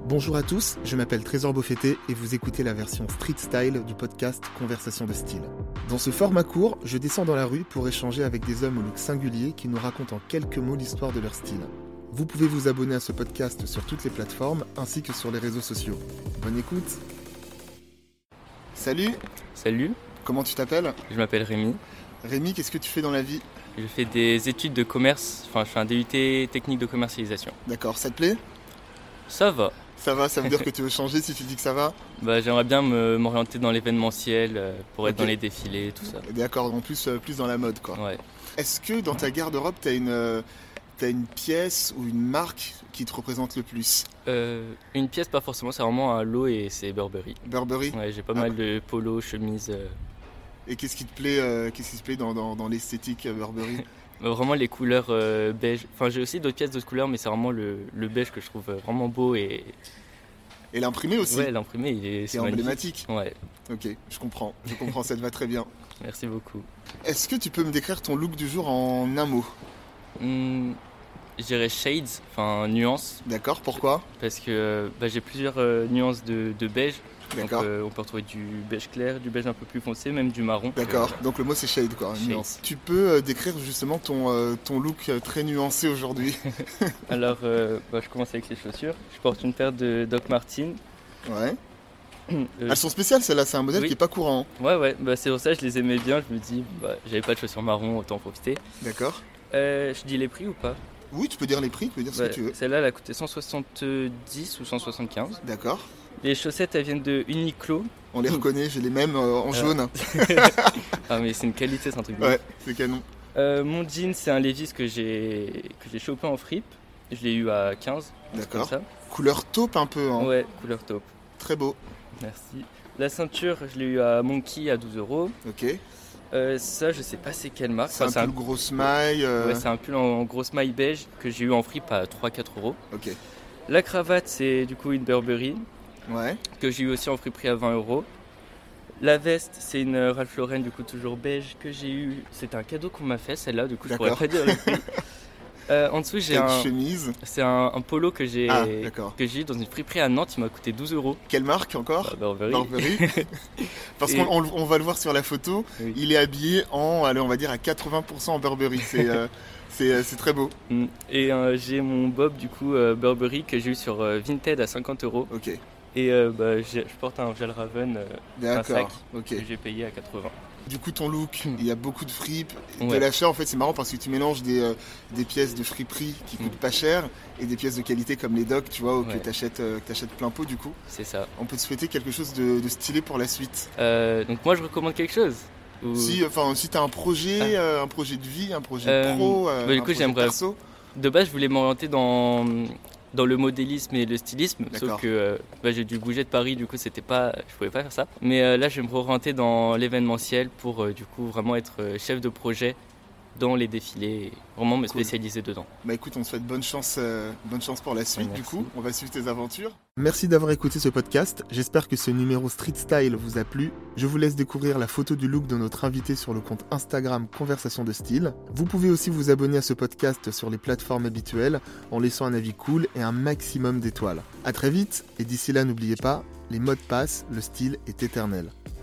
Bonjour à tous, je m'appelle Trésor Beaufetté et vous écoutez la version street style du podcast Conversation de style. Dans ce format court, je descends dans la rue pour échanger avec des hommes au look singulier qui nous racontent en quelques mots l'histoire de leur style. Vous pouvez vous abonner à ce podcast sur toutes les plateformes ainsi que sur les réseaux sociaux. Bonne écoute. Salut. Salut. Comment tu t'appelles ? Je m'appelle Rémi. Rémi, qu'est-ce que tu fais dans la vie ? Je fais des études de commerce, je fais un DUT technique de commercialisation. D'accord, ça te plaît ? Ça va. Ça va, ça veut dire que tu veux changer si tu dis que ça va ? J'aimerais bien m'orienter dans l'événementiel pour être dans les défilés, tout ça. D'accord, en plus dans la mode quoi. Ouais. Est-ce que dans ta garde-robe, t'as une pièce ou une marque qui te représente le plus ? Une pièce, pas forcément, c'est vraiment un lot et c'est Burberry. Burberry ? Ouais, j'ai pas mal de polos, chemises. Et qu'est-ce qui te plaît dans l'esthétique Burberry ? Vraiment les couleurs beige. Enfin, j'ai aussi d'autres pièces d'autres couleurs, mais c'est vraiment le beige que je trouve vraiment beau et l'imprimé aussi ? Ouais, l'imprimé, c'est emblématique. Ouais. Ok, je comprends, ça te va très bien. Merci beaucoup. Est-ce que tu peux me décrire ton look du jour en un mot ? Je dirais shades, enfin nuances. D'accord, pourquoi ? Parce que j'ai plusieurs nuances de beige. D'accord. Donc, on peut retrouver du beige clair, du beige un peu plus foncé, même du marron. D'accord, donc le mot c'est shade quoi, shade. Nuance. Tu peux décrire justement ton look très nuancé aujourd'hui ? Alors, je commence avec les chaussures. Je porte une paire de Doc Martens. Ouais. Elles sont spéciales celles-là, c'est un modèle qui est pas courant. Ouais, c'est pour ça que je les aimais bien. Je me dis, j'avais pas de chaussures marron, autant en profiter. D'accord. Je dis les prix ou pas ? Oui, tu peux dire les prix, tu peux dire ce que tu veux. Celle-là, elle a coûté 170 ou 175. D'accord. Les chaussettes, elles viennent de Uniqlo. On les reconnaît, j'ai les mêmes en jaune. Ah mais c'est une qualité, c'est un truc de ouais, c'est canon. Mon jean, c'est un Levi's que j'ai chopé en fripe. Je l'ai eu à 15. D'accord. Couleur taupe un peu. Hein. Ouais, couleur taupe. Très beau. Merci. La ceinture, je l'ai eu à Monkey à 12€. Ok. Ça, je sais pas c'est quelle marque. C'est un pull grosse maille. Ouais, c'est un pull en grosse maille beige que j'ai eu en fripe à 3-4€. Ok. La cravate, c'est du coup une Burberry. Ouais. Que j'ai eu aussi en friperie à 20€. La veste, c'est une Ralph Lauren, du coup toujours beige, que j'ai eu. C'était un cadeau qu'on m'a fait, celle-là, du coup je pourrais pas dire le prix. En dessous, j'ai une chemise. C'est un polo que j'ai eu dans une friperie à Nantes, il m'a coûté 12€. Quelle marque encore ? Burberry. Parce qu'on va le voir sur la photo, oui. Il est habillé on va dire à 80% en Burberry. C'est très beau. Et j'ai mon bob du coup Burberry que j'ai eu sur Vinted à 50€. Ok. Et je porte un gel Raven, un sac que j'ai payé à 80. Du coup, ton look, il y a beaucoup de fripes, de l'achat. En fait, c'est marrant parce que tu mélanges des pièces de friperie qui coûtent pas cher et des pièces de qualité comme les Doc, tu vois, que t'achètes plein pot du coup. C'est ça. On peut te souhaiter quelque chose de stylé pour la suite. Donc moi, je recommande quelque chose. Ou... Si t'as un projet de vie, un projet pro, du coup, j'aimerais perso. De base, je voulais m'orienter dans le modélisme et le stylisme, sauf que j'ai dû bouger de Paris, du coup je pouvais pas faire ça. Mais là je vais me orienter dans l'événementiel pour du coup vraiment être chef de projet dans les défilés, vraiment me spécialiser dedans. Bah écoute, on te souhaite bonne chance pour la suite. Merci. Du coup, on va suivre tes aventures. Merci d'avoir écouté ce podcast, j'espère que ce numéro Street Style vous a plu. Je vous laisse découvrir la photo du look de notre invité sur le compte Instagram Conversation de Style. Vous pouvez aussi vous abonner à ce podcast sur les plateformes habituelles en laissant un avis cool et un maximum d'étoiles. À très vite, et d'ici là n'oubliez pas, les modes passent, le style est éternel.